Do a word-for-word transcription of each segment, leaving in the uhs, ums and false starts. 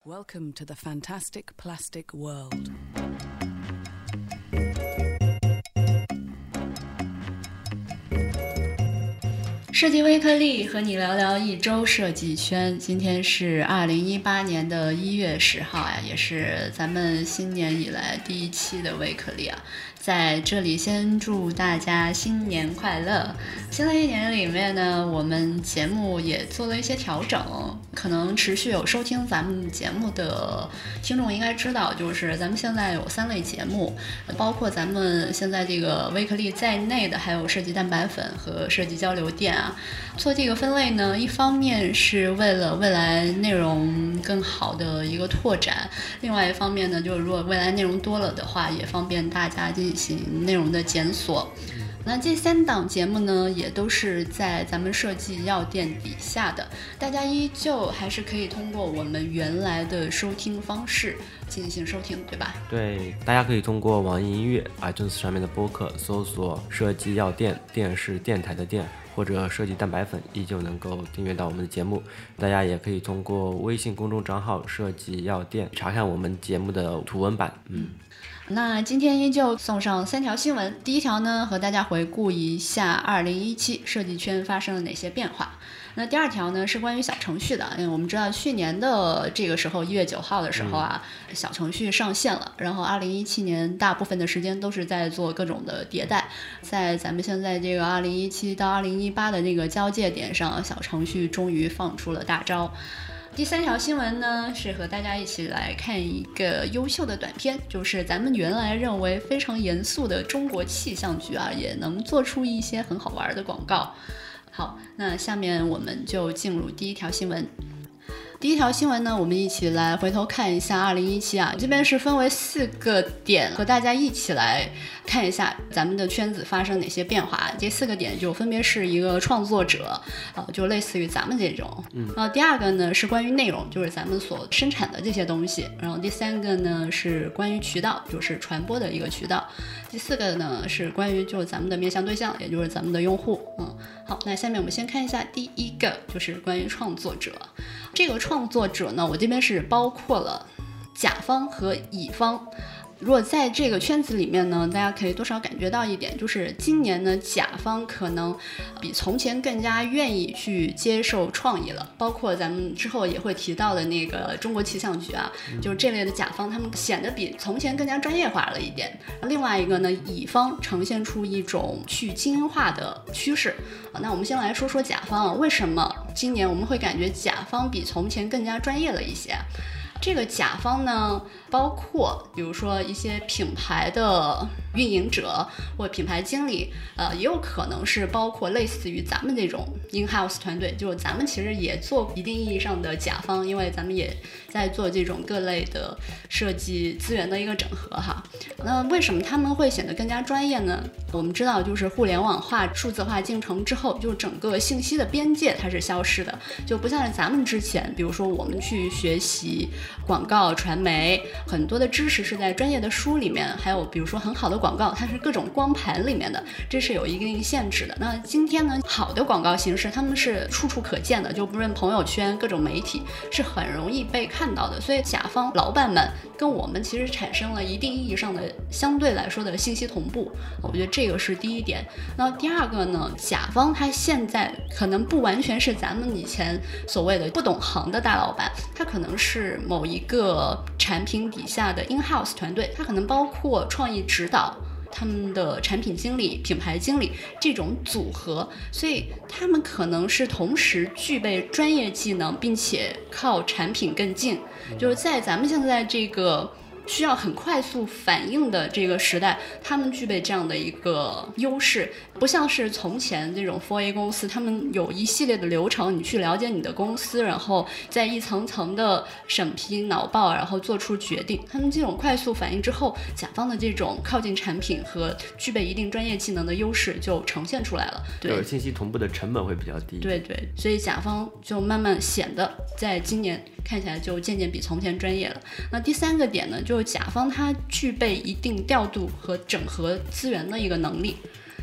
Welcome to the fantastic plastic world. 设计微颗粒和你聊聊一周设计圈。今天是二零一八年的一月十号呀，也是咱们新年以来第一期的微颗粒啊。在这里先祝大家新年快乐。新的一年里面呢，我们节目也做了一些调整，可能持续有收听咱们节目的听众应该知道，就是咱们现在有三类节目，包括咱们现在这个微颗粒在内的，还有设计蛋白粉和设计交流店啊。做这个分类呢，一方面是为了未来内容更好的一个拓展，另外一方面呢，就是如果未来内容多了的话，也方便大家进行内容的检索。那这三档节目呢，也都是在咱们设计药店底下的，大家依旧还是可以通过我们原来的收听方式进行收听，对吧？ 对，大家可以通过网易音乐、iTunes 上面的播客搜索设计药店，电是电台的电，或者设计蛋白粉，依旧能够订阅到我们的节目。大家也可以通过微信公众账号设计药店查看我们节目的图文版。嗯， 那今天依旧送上三条新闻。第一条呢，和大家回顾一下二零一七设计圈发生了哪些变化。那第二条呢，是关于小程序的。因为我们知道去年的这个时候，一月九号的时候啊、嗯、小程序上线了，然后二零一七年大部分的时间都是在做各种的迭代。在咱们现在这个二零一七到二零一八的这个交界点上，小程序终于放出了大招。第三条新闻呢，是和大家一起来看一个优秀的短片，就是咱们原来认为非常严肃的中国气象局啊，也能做出一些很好玩的广告。好，那下面我们就进入第一条新闻。第一条新闻呢，我们一起来回头看一下二零一七啊，这边是分为四个点，和大家一起来看一下咱们的圈子发生哪些变化。这四个点就分别是一个创作者，呃，就类似于咱们这种，嗯，然后第二个呢是关于内容，就是咱们所生产的这些东西，然后第三个呢是关于渠道，就是传播的一个渠道，第四个呢是关于就是咱们的面向对象，也就是咱们的用户。嗯，好，那下面我们先看一下第一个，就是关于创作者。这个创作者呢，我这边是包括了甲方和乙方。如果在这个圈子里面呢，大家可以多少感觉到一点，就是今年呢，甲方可能比从前更加愿意去接受创意了，包括咱们之后也会提到的那个中国气象局啊，就是这类的甲方，他们显得比从前更加专业化了一点。另外一个呢，乙方呈现出一种去精英化的趋势。那我们先来说说甲方啊，为什么今年我们会感觉甲方比从前更加专业了一些？这个甲方呢，包括比如说一些品牌的运营者或品牌经理，呃，也有可能是包括类似于咱们这种 in-house 团队，就是咱们其实也做一定意义上的甲方，因为咱们也在做这种各类的设计资源的一个整合哈。那为什么他们会显得更加专业呢？我们知道，就是互联网化、数字化进程之后，就整个信息的边界它是消失的，就不像是咱们之前，比如说我们去学习广告传媒，很多的知识是在专业的书里面，还有比如说很好的广告，它是各种光盘里面的，这是有一定限制的。那今天呢，好的广告形式他们是处处可见的，就不论朋友圈各种媒体是很容易被看到的，所以甲方老板们跟我们其实产生了一定意义上的相对来说的信息同步，我觉得这个是第一点。那第二个呢，甲方他现在可能不完全是咱们以前所谓的不懂行的大老板，他可能是某一个产品底下的 in-house 团队，它可能包括创意指导，他们的产品经理、品牌经理这种组合，所以他们可能是同时具备专业技能，并且靠产品更近。就是在咱们现在这个需要很快速反应的这个时代，他们具备这样的一个优势，不像是从前这种 四 A 公司，他们有一系列的流程，你去了解你的公司，然后在一层层的审批脑报，然后做出决定。他们这种快速反应之后，甲方的这种靠近产品和具备一定专业技能的优势就呈现出来了。对， 信息同步的成本会比较低。 对对，所以甲方就慢慢显得在今年看起来就渐渐比从前专业了。那第三个点呢，就是甲方他具备一定调度和整合资源的一个能力。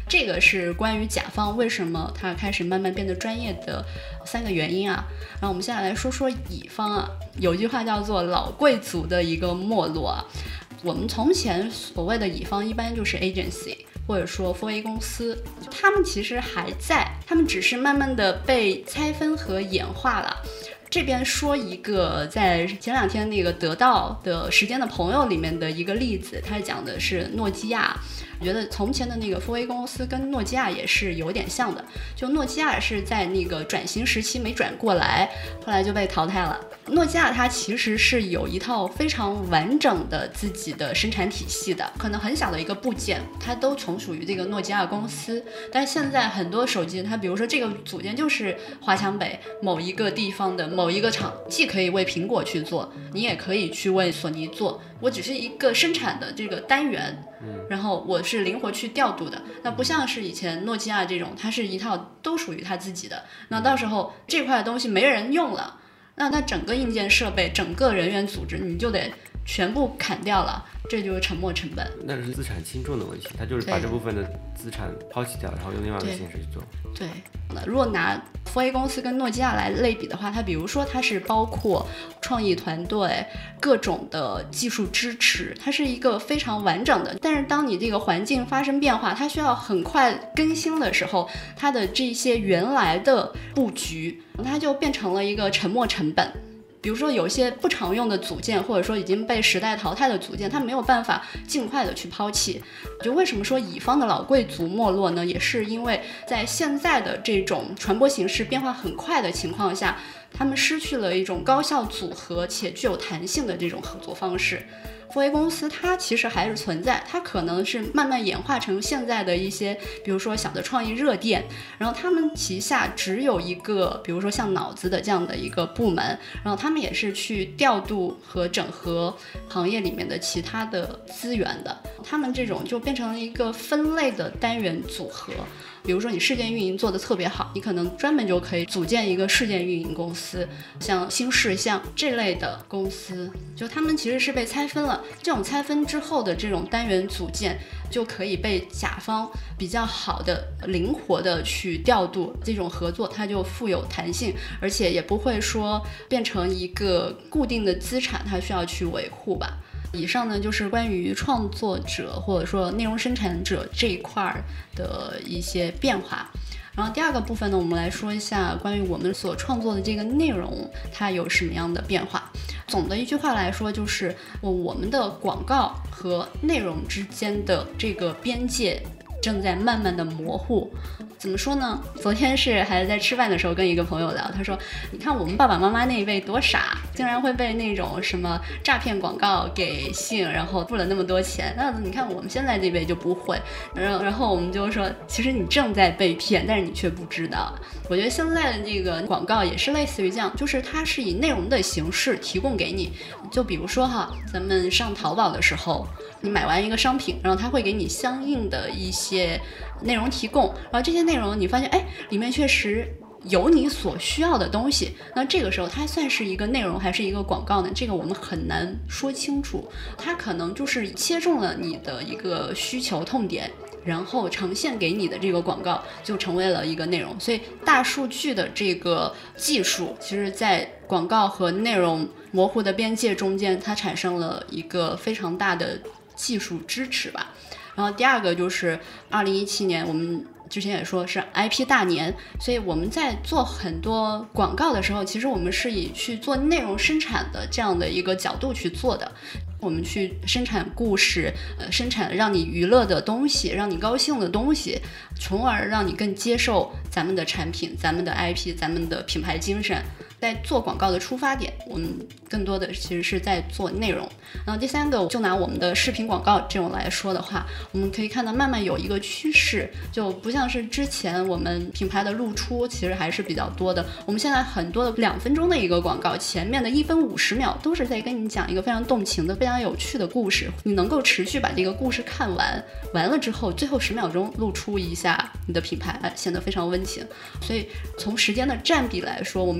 这个是关于甲方为什么他开始慢慢变得专业的三个原因啊。然后我们现在来说说乙方啊，有句话叫做老贵族的一个没落啊。我们从前所谓的乙方一般就是 agency 或者说 四 A 公司，他们其实还在，他们只是慢慢的被拆分和演化了。这边说一个在前两天那个得到的时间的朋友里面的一个例子，他讲的是诺基亚。我觉得从前的那个 四 A 公司跟诺基亚也是有点像的，就诺基亚是在那个转型时期没转过来，后来就被淘汰了。诺基亚它其实是有一套非常完整的自己的生产体系的，可能很小的一个部件它都从属于这个诺基亚公司。但是现在很多手机它比如说这个组件就是华强北某一个地方的某一个厂，既可以为苹果去做，你也可以去为索尼做，我只是一个生产的这个单元，然后我是灵活去调度的。那不像是以前诺基亚这种，它是一套都属于它自己的，那到时候这块东西没人用了，那它整个硬件设备整个人员组织你就得全部砍掉了，这就是沉没成本。 那是资产轻重的问题，他就是把这部分的资产抛弃掉，然后用另外一个形式去做。 对，那如果拿 四 A 公司跟诺基亚来类比的话，它比如说它是包括创意团队各种的技术支持，它是一个非常完整的。但是当你这个环境发生变化，它需要很快更新的时候，它的这些原来的布局它就变成了一个沉没成本。比如说有些不常用的组件，或者说已经被时代淘汰的组件，它没有办法尽快的去抛弃。就为什么说乙方的老贵族没落呢？也是因为在现在的这种传播形式变化很快的情况下，他们失去了一种高效组合且具有弹性的这种合作方式。四 A 公司它其实还是存在，它可能是慢慢演化成现在的一些比如说小的创意热店，然后他们旗下只有一个比如说像脑子的这样的一个部门，然后他们也是去调度和整合行业里面的其他的资源的，他们这种就变成了一个分类的单元组合。比如说你事件运营做得特别好，你可能专门就可以组建一个事件运营公司，像新事项这类的公司，就他们其实是被拆分了。这种拆分之后的这种单元组件就可以被甲方比较好的灵活的去调度，这种合作它就富有弹性，而且也不会说变成一个固定的资产，它需要去维护吧。以上呢就是关于创作者或者说内容生产者这一块的一些变化。然后第二个部分呢，我们来说一下关于我们所创作的这个内容它有什么样的变化。总的一句话来说，就是我们的广告和内容之间的这个边界正在慢慢的模糊。怎么说呢？昨天是还在吃饭的时候跟一个朋友聊，他说你看我们爸爸妈妈那一辈多傻，竟然会被那种什么诈骗广告给吸引，然后付了那么多钱。那你看我们现在这辈就不会。然后然后我们就说其实你正在被骗，但是你却不知道。我觉得现在的这个广告也是类似于这样，就是它是以内容的形式提供给你。就比如说哈，咱们上淘宝的时候，你买完一个商品，然后它会给你相应的一些内容提供，然后这些内容你发现哎，里面确实有你所需要的东西，那这个时候它算是一个内容还是一个广告呢？这个我们很难说清楚，它可能就是切中了你的一个需求痛点，然后呈现给你的这个广告就成为了一个内容。所以大数据的这个技术其实在广告和内容模糊的边界中间，它产生了一个非常大的技术支持吧。然后第二个就是二零一七年我们之前也说是 I P 大年，所以我们在做很多广告的时候，其实我们是以去做内容生产的这样的一个角度去做的。我们去生产故事，呃，生产让你娱乐的东西，让你高兴的东西，从而让你更接受咱们的产品、咱们的 I P、咱们的品牌精神。在做广告的出发点，我们更多的其实是在做内容。然后第三个，就拿我们的视频广告这种来说的话，我们可以看到慢慢有一个趋势，就不像是之前我们品牌的露出其实还是比较多的。我们现在很多的两分钟的一个广告，前面的一分五十秒都是在跟你讲一个非常动情的、非常有趣的故事，你能够持续把这个故事看完，完了之后最后十秒钟露出一下你的品牌，显得非常温情。所以从时间的占比来说，我们也是慢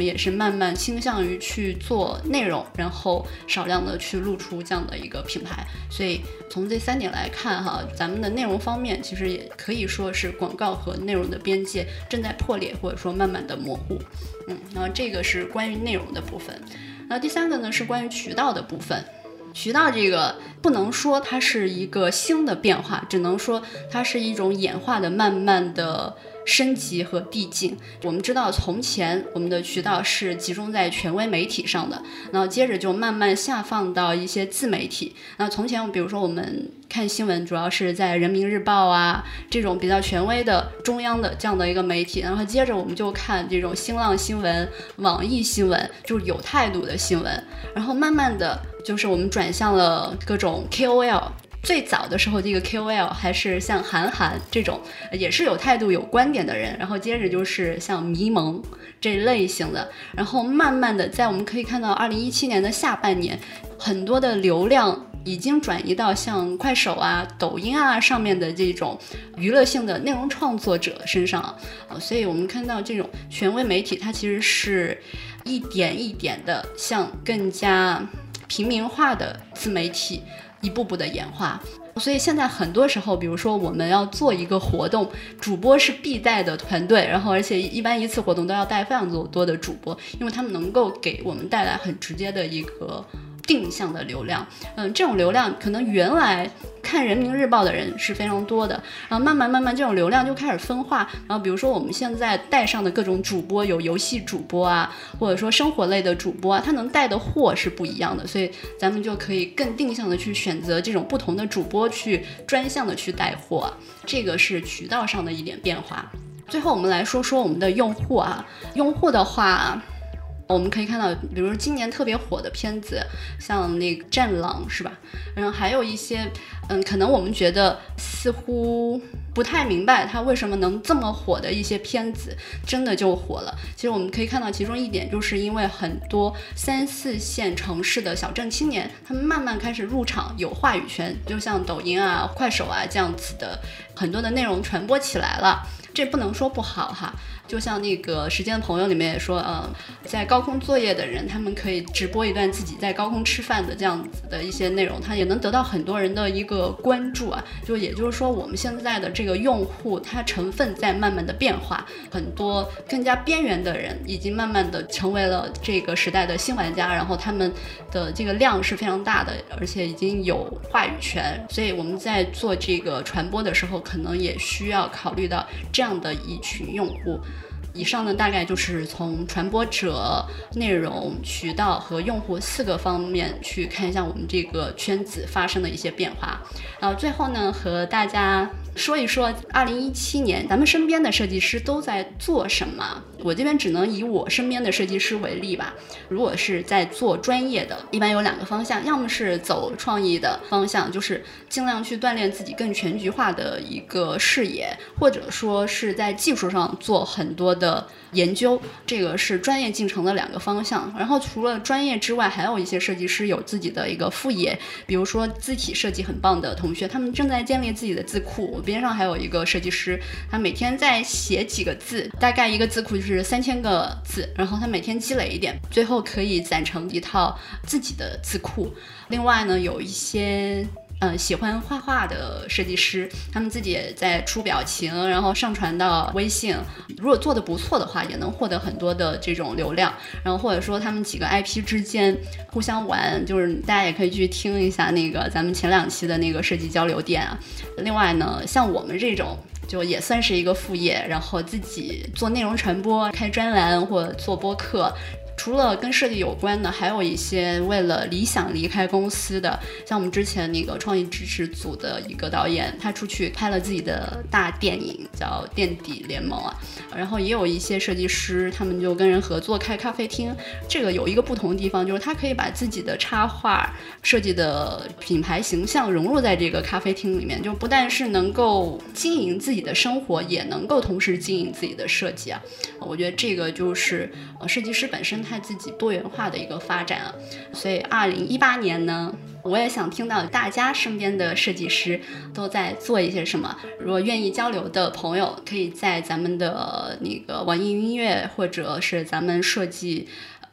慢慢倾向于去做内容，然后少量的去露出这样的一个品牌。所以从这三点来看哈，咱们的内容方面其实也可以说是广告和内容的边界正在破裂，或者说慢慢的模糊。嗯，然后这个是关于内容的部分。那第三个呢是关于渠道的部分。渠道这个不能说它是一个新的变化，只能说它是一种演化的慢慢的升级和递进。我们知道从前我们的渠道是集中在权威媒体上的，然后接着就慢慢下放到一些自媒体。那从前比如说我们看新闻主要是在人民日报啊这种比较权威的中央的这样的一个媒体，然后接着我们就看这种新浪新闻、网易新闻，就是有态度的新闻，然后慢慢的就是我们转向了各种 K O L。最早的时候这个 K O L 还是像韩寒这种也是有态度有观点的人，然后接着就是像迷蒙这类型的，然后慢慢的在我们可以看到二零一七年的下半年，很多的流量已经转移到像快手啊抖音啊上面的这种娱乐性的内容创作者身上啊，所以我们看到这种权威媒体它其实是一点一点的向更加平民化的自媒体一步步的演化。所以现在很多时候比如说我们要做一个活动，主播是必带的团队，然后而且一般一次活动都要带非常多的主播，因为他们能够给我们带来很直接的一个定向的流量。嗯，这种流量可能原来看人民日报的人是非常多的，然后慢慢慢慢这种流量就开始分化，然后比如说我们现在带上的各种主播，有游戏主播啊，或者说生活类的主播啊，他能带的货是不一样的，所以咱们就可以更定向的去选择这种不同的主播去专项的去带货，这个是渠道上的一点变化。最后我们来说说我们的用户啊，用户的话我们可以看到比如说今年特别火的片子像那个战狼是吧，然后还有一些嗯，可能我们觉得似乎不太明白它为什么能这么火的一些片子真的就火了。其实我们可以看到其中一点就是因为很多三四线城市的小镇青年他们慢慢开始入场有话语权，就像抖音啊快手啊这样子的很多的内容传播起来了，这不能说不好哈。就像那个时间的朋友里面也说呃，在高空作业的人他们可以直播一段自己在高空吃饭的这样子的一些内容，他也能得到很多人的一个关注啊。就也就是说我们现在的这个用户它成分在慢慢的变化，很多更加边缘的人已经慢慢的成为了这个时代的新玩家，然后他们的这个量是非常大的，而且已经有话语权，所以我们在做这个传播的时候可能也需要考虑到这样的一群用户。以上呢大概就是从传播者、内容、渠道和用户四个方面去看一下我们这个圈子发生的一些变化。然后最后呢和大家说一说二零一七年咱们身边的设计师都在做什么。我这边只能以我身边的设计师为例吧。如果是在做专业的，一般有两个方向，要么是走创意的方向，就是尽量去锻炼自己更全局化的一个视野，或者说是在技术上做很多的研究，这个是专业进程的两个方向。然后除了专业之外，还有一些设计师有自己的一个副业，比如说字体设计很棒的同学，他们正在建立自己的字库。我边上还有一个设计师，他每天在写几个字，大概一个字库就是三千个字，然后他每天积累一点，最后可以攒成一套自己的字库。另外呢，有一些呃，喜欢画画的设计师，他们自己也在出表情，然后上传到微信，如果做得不错的话也能获得很多的这种流量。然后或者说他们几个 I P 之间互相玩，就是大家也可以去听一下那个咱们前两期的那个设计交流店啊。另外呢，像我们这种就也算是一个副业，然后自己做内容传播，开专栏或者做播客。除了跟设计有关的，还有一些为了理想离开公司的，像我们之前那个创意支持组的一个导演，他出去拍了自己的大电影叫《垫底联盟》啊。然后也有一些设计师，他们就跟人合作开咖啡厅。这个有一个不同的地方，就是他可以把自己的插画设计的品牌形象融入在这个咖啡厅里面，就不但是能够经营自己的生活，也能够同时经营自己的设计啊。我觉得这个就是呃设计师本身他自己多元化的一个发展啊。所以二零一八年呢，我也想听到大家身边的设计师都在做一些什么。如果愿意交流的朋友，可以在咱们的那个网易云音乐或者是咱们设计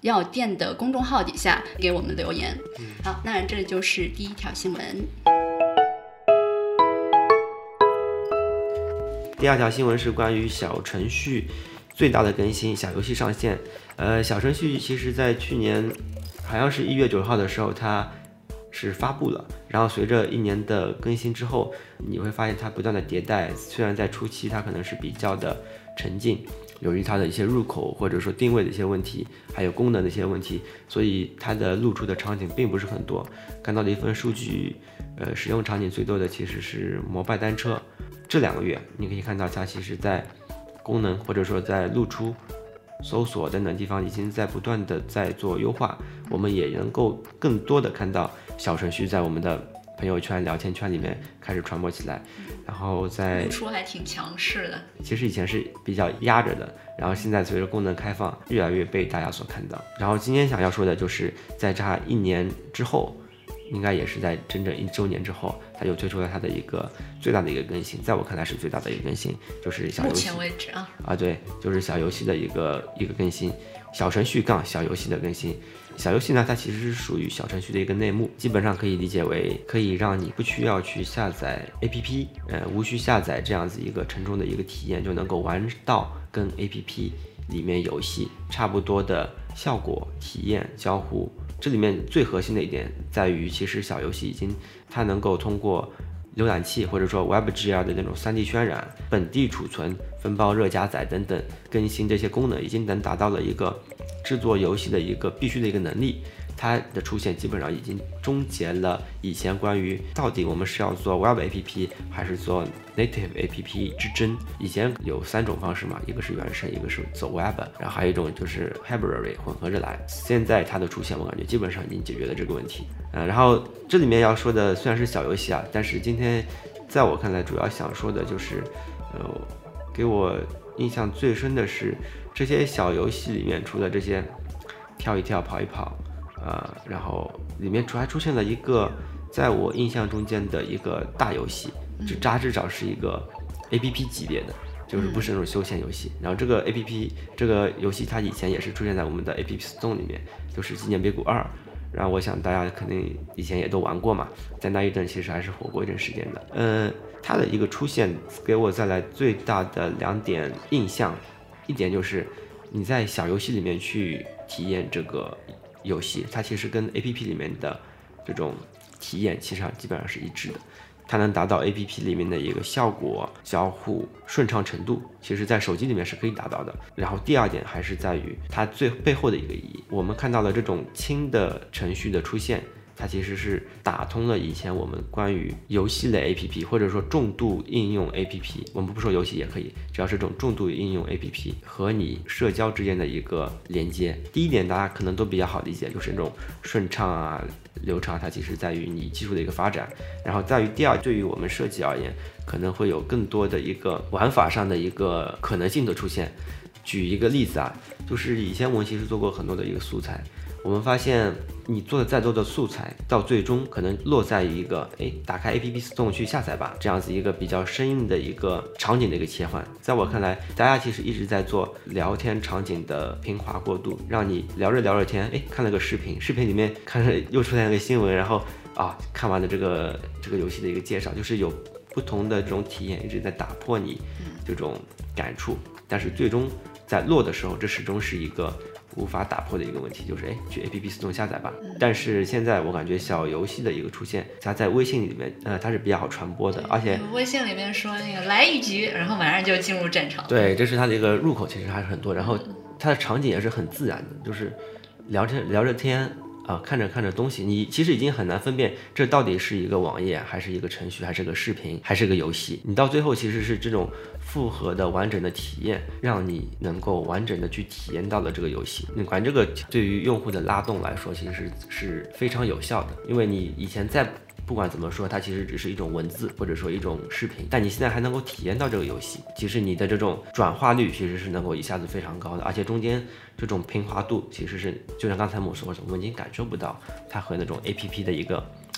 药店的公众号底下给我们留言。好，那这就是第一条新闻。 第二条新闻是关于小程序最大的更新，小游戏上线。呃，小程序其实在去年好像是一月九号的时候，它是发布了，然后随着一年的更新之后，你会发现它不断的迭代。虽然在初期它可能是比较的沉静，由于它的一些入口或者说定位的一些问题，还有功能的一些问题，所以它的露出的场景并不是很多。看到的一份数据，呃，使用场景最多的其实是摩拜单车。这两个月你可以看到它其实在功能或者说在露出、搜索等等地方已经在不断的在做优化，我们也能够更多的看到小程序在我们的朋友圈、聊天圈里面开始传播起来，然后在露出还挺强势的。 其实以前是比较压着的，然后现在随着功能开放，越来越被大家所看到。然后今天想要说的就是在这一年之后，应该也是在整整一周年之后，它又推出了它的一个最大的一个更新，在我看来是最大的一个更新，就是小游戏。 目前为止啊， 啊对，就是小游戏的一个一个更新，小程序杠小游戏的更新。小游戏呢，它其实是属于小程序的一个内幕，基本上可以理解为可以让你不需要去下载 A P P， 呃，无需下载这样子一个沉重的一个体验，就能够玩到跟 A P P 里面游戏差不多的效果、体验、交互。这里面最核心的一点在于，其实小游戏已经它能够通过浏览器或者说 WebGL 的那种 三 D 渲染、本地储存、分包热加载等等更新这些功能，已经能达到了一个制作游戏的一个必须的一个能力。它的出现基本上已经终结了以前关于到底我们是要做 Web A P P 还是做 Native A P P 之争。以前有三种方式嘛，一个是原生，一个是走 Web， 然后还有一种就是 Hybrid 混合着来。现在它的出现，我感觉基本上已经解决了这个问题。呃，然后这里面要说的虽然是小游戏啊，但是今天在我看来主要想说的就是，呃，给我印象最深的是这些小游戏里面，除了这些跳一跳、跑一跑。呃，然后里面还出现了一个在我印象中间的一个大游戏，就它至少是一个 A P P 级别的，就是不是那种休闲游戏。然后这个 A P P 这个游戏它以前也是出现在我们的 A P P Store 里面，就是《纪念碑谷二》。然后我想大家肯定以前也都玩过嘛，在那一阵其实还是火过一阵时间的。呃，它的一个出现给我带来最大的两点印象，一点就是你在小游戏里面去体验这个游戏，它其实跟 A P P 里面的这种体验其实上基本上是一致的，它能达到 A P P 里面的一个效果、交互顺畅程度，其实在手机里面是可以达到的。然后第二点还是在于它最背后的一个意义，我们看到了这种轻的程序的出现，它其实是打通了以前我们关于游戏类 A P P 或者说重度应用 A P P， 我们不说游戏也可以，只要是这种重度应用 A P P 和你社交之间的一个连接。第一点大家可能都比较好理解，就是那种顺畅啊、流畅，它其实在于你技术的一个发展。然后在于第二，对于我们设计而言，可能会有更多的一个玩法上的一个可能性的出现。举一个例子啊，就是以前我们其实做过很多的一个素材，我们发现你做的再多的素材，到最终可能落在一个，哎，打开 A P P Store 去下载吧，这样子一个比较生硬的一个场景的一个切换。在我看来，大家其实一直在做聊天场景的平滑过渡，让你聊着聊着天，哎，看了个视频，视频里面看着又出现了个新闻，然后啊，看完了这个这个游戏的一个介绍，就是有不同的这种体验一直在打破你这种感触，但是最终在落的时候，这始终是一个无法打破的一个问题，就是哎，去 A P P Store 下载吧。但是现在我感觉小游戏的一个出现，它在微信里面，呃，它是比较好传播的，而且微信里面说那个来一局，然后马上就进入战场。 对，这是它的一个入口，其实还是很多，然后它的场景也是很自然的，就是聊着聊着天。啊，看着看着东西，你其实已经很难分辨这到底是一个网页，还是一个程序，还是个视频，还是个游戏。你到最后其实是这种复合的完整的体验，让你能够完整的去体验到了这个游戏。你管这个对于用户的拉动来说，其实是是非常有效的，因为你以前在不管怎么说，它其实只是一种文字或者说一种视频，但你现在还能够体验到这个游戏，其实你的这种转化率其实是能够一下子非常高的，而且中间这种平滑度其实是就像刚才我说的，我们已经感受不到它和那种 A P P 的一个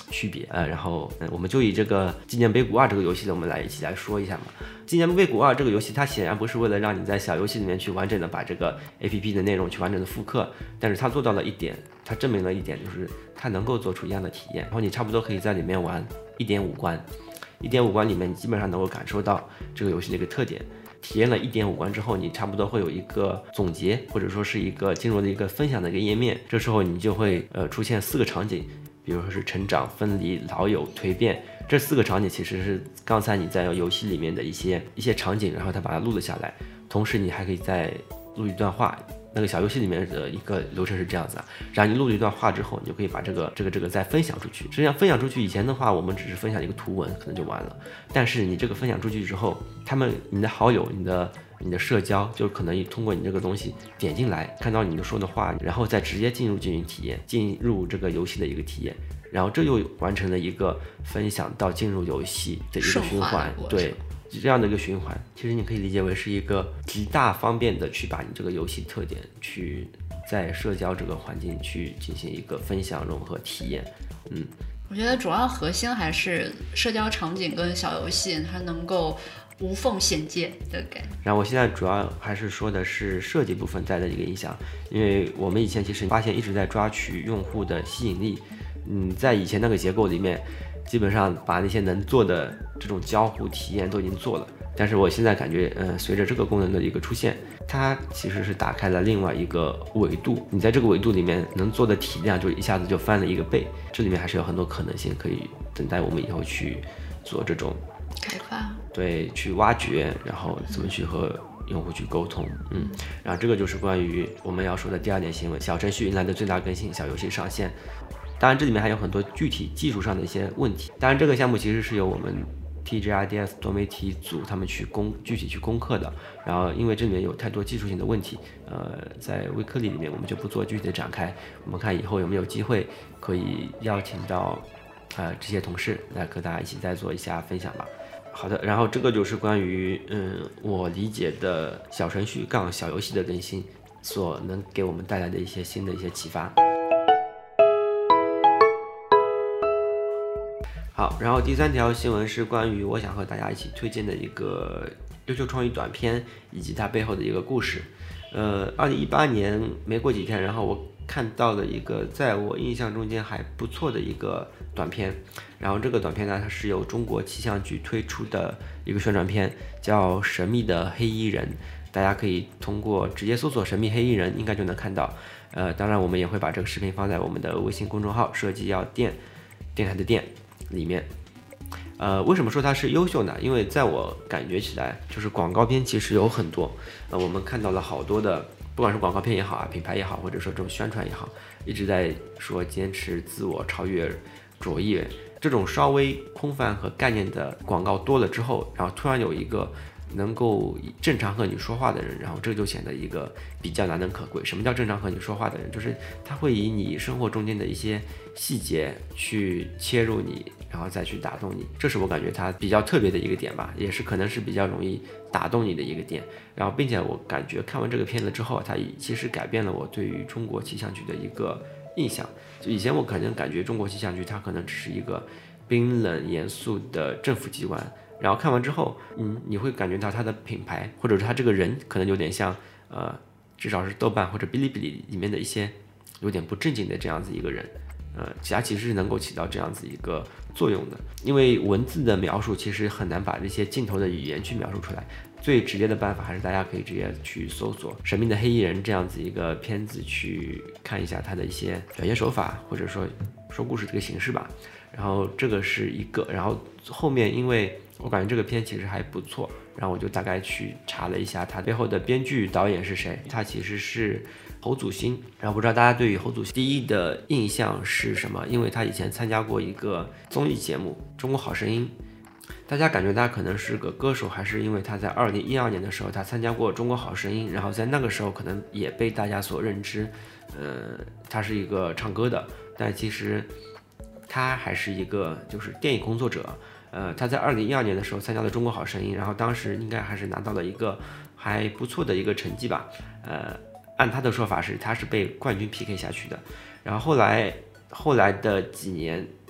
区别。呃，然后、呃、我们就以这个纪念碑谷二这个游戏呢，我们来一起来说一下嘛。纪念碑谷二这个游戏，它显然不是为了让你在小游戏里面去完整的把这个 A P P 的内容去完整的复刻，但是它做到了一点，它证明了一点，就是它能够做出一样的体验。然后你差不多可以在里面玩 一点五 关， 一点五 关里面你基本上能够感受到这个游戏的一个特点。体验了 一点五 关之后，你差不多会有一个总结，或者说是一个进入了一个分享的一个页面，这时候你就会呃出现四个场景，比如说是成长、分离、老友、蜕变。这四个场景其实是刚才你在游戏里面的一些一些场景，然后他把它录了下来，同时你还可以再录一段话。那个小游戏里面的一个流程是这样子啊，然后你录了一段话之后，你就可以把这个这个这个再分享出去。实际上分享出去以前的话，我们只是分享一个图文，可能就完了。但是你这个分享出去之后，他们你的好友、你的你的社交，就可能通过你这个东西点进来，看到你的说的话，然后再直接进入进行体验，进入这个游戏的一个体验。然后这又完成了一个分享到进入游戏的一个循环，对，这样的一个循环，其实你可以理解为是一个极大方便的去把你这个游戏特点去在社交这个环境去进行一个分享、融合、体验。嗯， 我觉得主要核心还是社交场景跟小游戏，它能够无缝衔接的感觉。 然后我现在主要还是说的是设计部分带的一个影响，因为我们以前其实发现一直在抓取用户的吸引力。嗯，在以前那个结构里面，基本上把那些能做的这种交互体验都已经做了。但是我现在感觉，呃，随着这个功能的一个出现，它其实是打开了另外一个维度。你在这个维度里面能做的体量就一下子就翻了一个倍。这里面还是有很多可能性可以等待我们以后去做这种开发， 对，去挖掘，然后怎么去和用户去沟通。嗯，然后这个就是关于我们要说的第二点新闻：小程序迎来的最大更新，小游戏上线。当然这里面还有很多具体技术上的一些问题，当然这个项目其实是由我们 T G R D S 多媒体组他们去攻具体去攻克的，然后因为这里面有太多技术性的问题，呃，在微颗粒里面我们就不做具体的展开，我们看以后有没有机会可以邀请到呃这些同事来和大家一起再做一下分享吧。好的，然后这个就是关于嗯我理解的小程序杠小游戏的更新所能给我们带来的一些新的一些启发。好，然后第三条新闻是关于我想和大家一起推荐的一个优秀创意短片以及它背后的一个故事。呃，二零一八年没过几天，然后我看到了一个在我印象中间还不错的一个短片，然后这个短片呢，它是由中国气象局推出的一个宣传片，叫《神秘的黑衣人》，大家可以通过直接搜索“神秘黑衣人”应该就能看到。呃，当然我们也会把这个视频放在我们的微信公众号“设计药店”电台的店里面。呃，为什么说它是优秀呢？因为在我感觉起来，就是广告片其实有很多，呃，我们看到了好多的，不管是广告片也好啊，品牌也好，或者说这种宣传也好，一直在说坚持自我超越卓越，这种稍微空泛和概念的广告多了之后，然后突然有一个能够正常和你说话的人，然后这就显得一个比较难能可贵。什么叫正常和你说话的人？就是他会以你生活中间的一些细节去切入你，然后再去打动你，这是我感觉它比较特别的一个点吧，也是可能是比较容易打动你的一个点。然后并且我感觉看完这个片子之后，它其实改变了我对于中国气象局的一个印象。就以前我可能感觉中国气象局它可能只是一个冰冷严肃的政府机关，然后看完之后，嗯，你会感觉到他的品牌，或者是他这个人，可能有点像，呃，至少是豆瓣或者哔哩哔哩里面的一些有点不正经的这样子一个人，呃，它其实是能够起到这样子一个作用的。因为文字的描述其实很难把这些镜头的语言去描述出来，最直接的办法还是大家可以直接去搜索《神秘的黑衣人》这样子一个片子，去看一下他的一些表现手法，或者说说故事这个形式吧。然后这个是一个，然后后面因为我感觉这个片其实还不错，然后我就大概去查了一下它背后的编剧导演是谁，他其实是侯祖新。然后不知道大家对于侯祖新第一的印象是什么？因为他以前参加过一个综艺节目《中国好声音》，大家感觉他可能是个歌手，还是因为他在二零一二年的时候他参加过《中国好声音》，然后在那个时候可能也被大家所认知，呃，他是一个唱歌的，但其实他还是一个就是电影工作者。呃，他在二零一二年的时候参加了《中国好声音》，然后当时应该还是拿到了一个还不错的一个成绩吧。呃，按他的说法是他是被冠军 P K 下去的。然后后来后来的几年，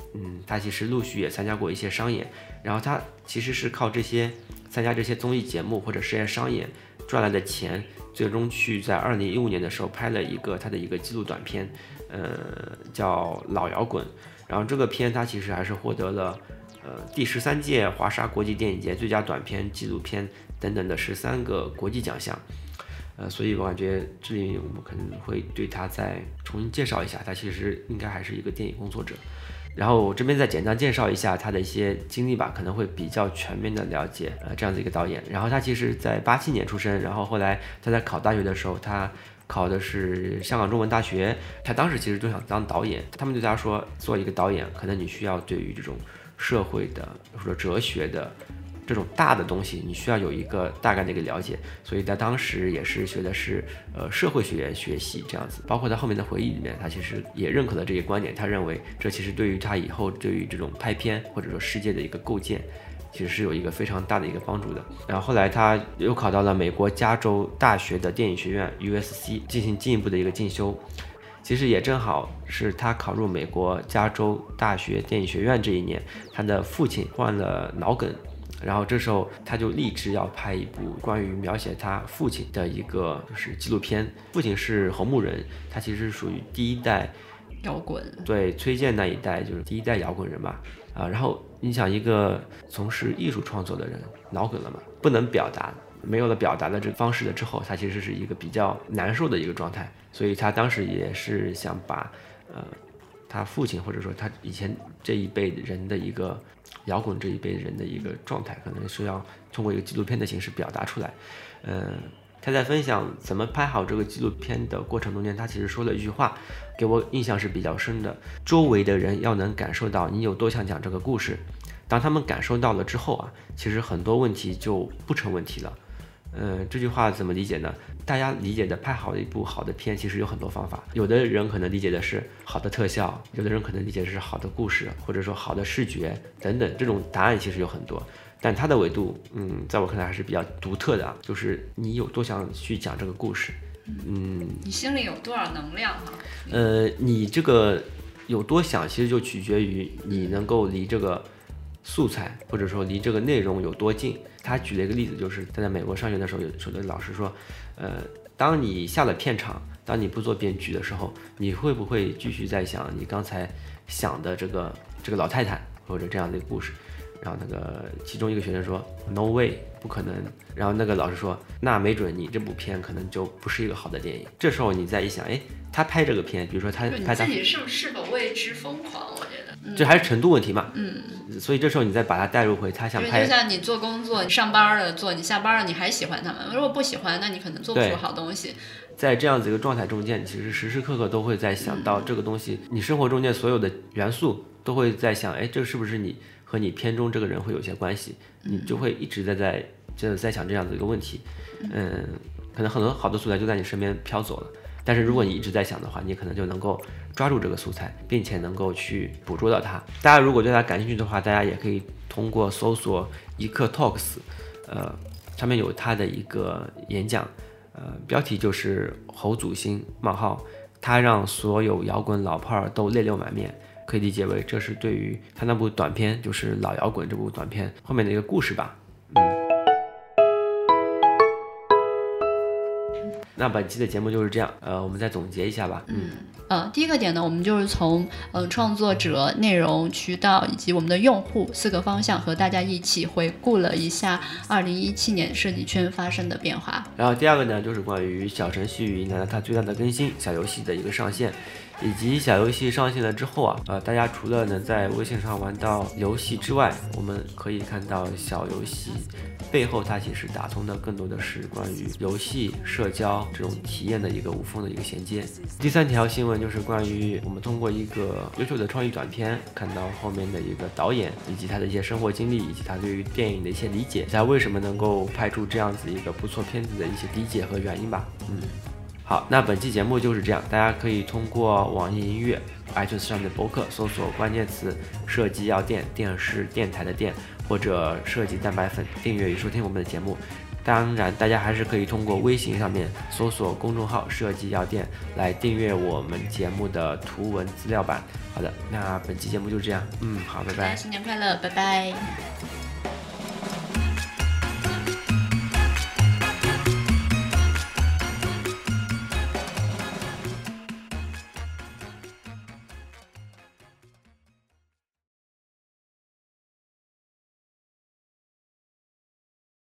嗯，他其实陆续也参加过一些商演，然后他其实是靠这些参加这些综艺节目或者实验商演赚来的钱，最终去在二零一五年的时候拍了一个他的一个纪录短片，呃，叫《老摇滚》。然后这个片他其实还是获得了呃第十三届华沙国际电影节最佳短片、纪录片等等的十三个国际奖项。呃，所以我感觉这里我们可能会对他再重新介绍一下，他其实应该还是一个电影工作者。然后我这边再简单介绍一下他的一些经历吧，可能会比较全面的了解呃这样子一个导演。然后他其实在八七年出生，然后后来他在考大学的时候，他考的是香港中文大学，他当时其实就想当导演。他们对他说，做一个导演，可能你需要对于这种社会的或者说哲学的这种大的东西，你需要有一个大概的一个了解，所以他当时也是学的是呃社会学学系这样子。包括他后面的回忆里面，他其实也认可了这些观点，他认为这其实对于他以后对于这种拍片或者说世界的一个构建，其实是有一个非常大的一个帮助的。然后后来他又考到了美国加州大学的电影学院 U S C 进行进一步的一个进修。其实也正好是他考入美国加州大学电影学院这一年，他的父亲患了脑梗。然后这时候他就立志要拍一部关于描写他父亲的一个就是纪录片。父亲是侯牧人，他其实属于第一代摇滚， 对崔健那一代就是第一代摇滚人吧。啊，然后你想一个从事艺术创作的人脑梗了嘛，不能表达，没有了表达的这个方式了之后，他其实是一个比较难受的一个状态。所以他当时也是想把呃他父亲或者说他以前这一辈人的一个摇滚这一辈人的一个状态，可能是要通过一个纪录片的形式表达出来。嗯，他在分享怎么拍好这个纪录片的过程中间，他其实说了一句话，给我印象是比较深的：周围的人要能感受到你有多想讲这个故事，当他们感受到了之后啊，其实很多问题就不成问题了。嗯，这句话怎么理解呢？大家理解的拍好的一部好的片，其实有很多方法。有的人可能理解的是好的特效，有的人可能理解的是好的故事，或者说好的视觉等等，这种答案其实有很多。但它的维度，嗯，在我看来还是比较独特的啊，就是你有多想去讲这个故事，嗯， 你心里有多少能量哈？ 呃，你这个有多想，其实就取决于你能够离这个素材或者说离这个内容有多近。他举了一个例子，就是他在美国上学的时候，有有的老师说，呃，当你下了片场，当你不做编剧的时候，你会不会继续在想你刚才想的这个这个老太太或者这样的一个故事？然后那个其中一个学生说 No way， 不可能。然后那个老师说，那没准你这部片可能就不是一个好的电影。这时候你再一想，哎，他拍这个片，比如说他拍他你自己是是否为之疯狂？我觉得、嗯、 这还是程度问题嘛。 嗯， 所以这时候你再把它带入回他想拍， 就像你做工作，你上班了做，你下班了你还喜欢他们，如果不喜欢，那你可能做不出好东西。 在这样子一个状态中间，其实时时刻刻都会在想到这个东西，嗯、你生活中间所有的元素都会在想，哎，这是不是你和你片中这个人会有些关系？你就会一直在在就在想这样子一个问题。嗯，可能很多好的素材就在你身边飘走了，但是如果你一直在想的话，你可能就能够抓住这个素材，并且能够去捕捉到它。大家如果对它感兴趣的话，大家也可以通过搜索一刻 Talks， 呃，上面有他的一个演讲，呃，标题就是侯祖新冒号，他让所有摇滚老炮儿都泪流满面。可以理解为这是对于他那部短片，就是《老摇滚》这部短片后面的一个故事吧。嗯，那本期的节目就是这样，呃，我们再总结一下吧。嗯， 呃，第一个点呢，我们就是从呃创作者、内容、渠道以及我们的用户四个方向和大家一起回顾了一下二零一七年设计圈发生的变化。 然后第二个呢，就是关于小程序迎来了它最大的更新，小游戏的一个上线。以及小游戏上线了之后啊，呃，大家除了呢在微信上玩到游戏之外，我们可以看到小游戏背后它其实打通的更多的是关于游戏、社交这种体验的一个无缝的一个衔接。第三条新闻就是关于我们通过一个优秀的创意短片，看到后面的一个导演以及他的一些生活经历，以及他对于电影的一些理解，他为什么能够拍出这样子一个不错片子的一些理解和原因吧。嗯。好，那本期节目就是这样，大家可以通过网易音乐、iTunes 上面的博客搜索关键词设计药店，电视电台的店，或者设计蛋白粉，订阅与收听我们的节目。 当然，大家还是可以通过微信上面搜索公众号设计药店来订阅我们节目的图文资料版。好的，那本期节目就这样，嗯，好，拜拜。 新年快乐，拜拜。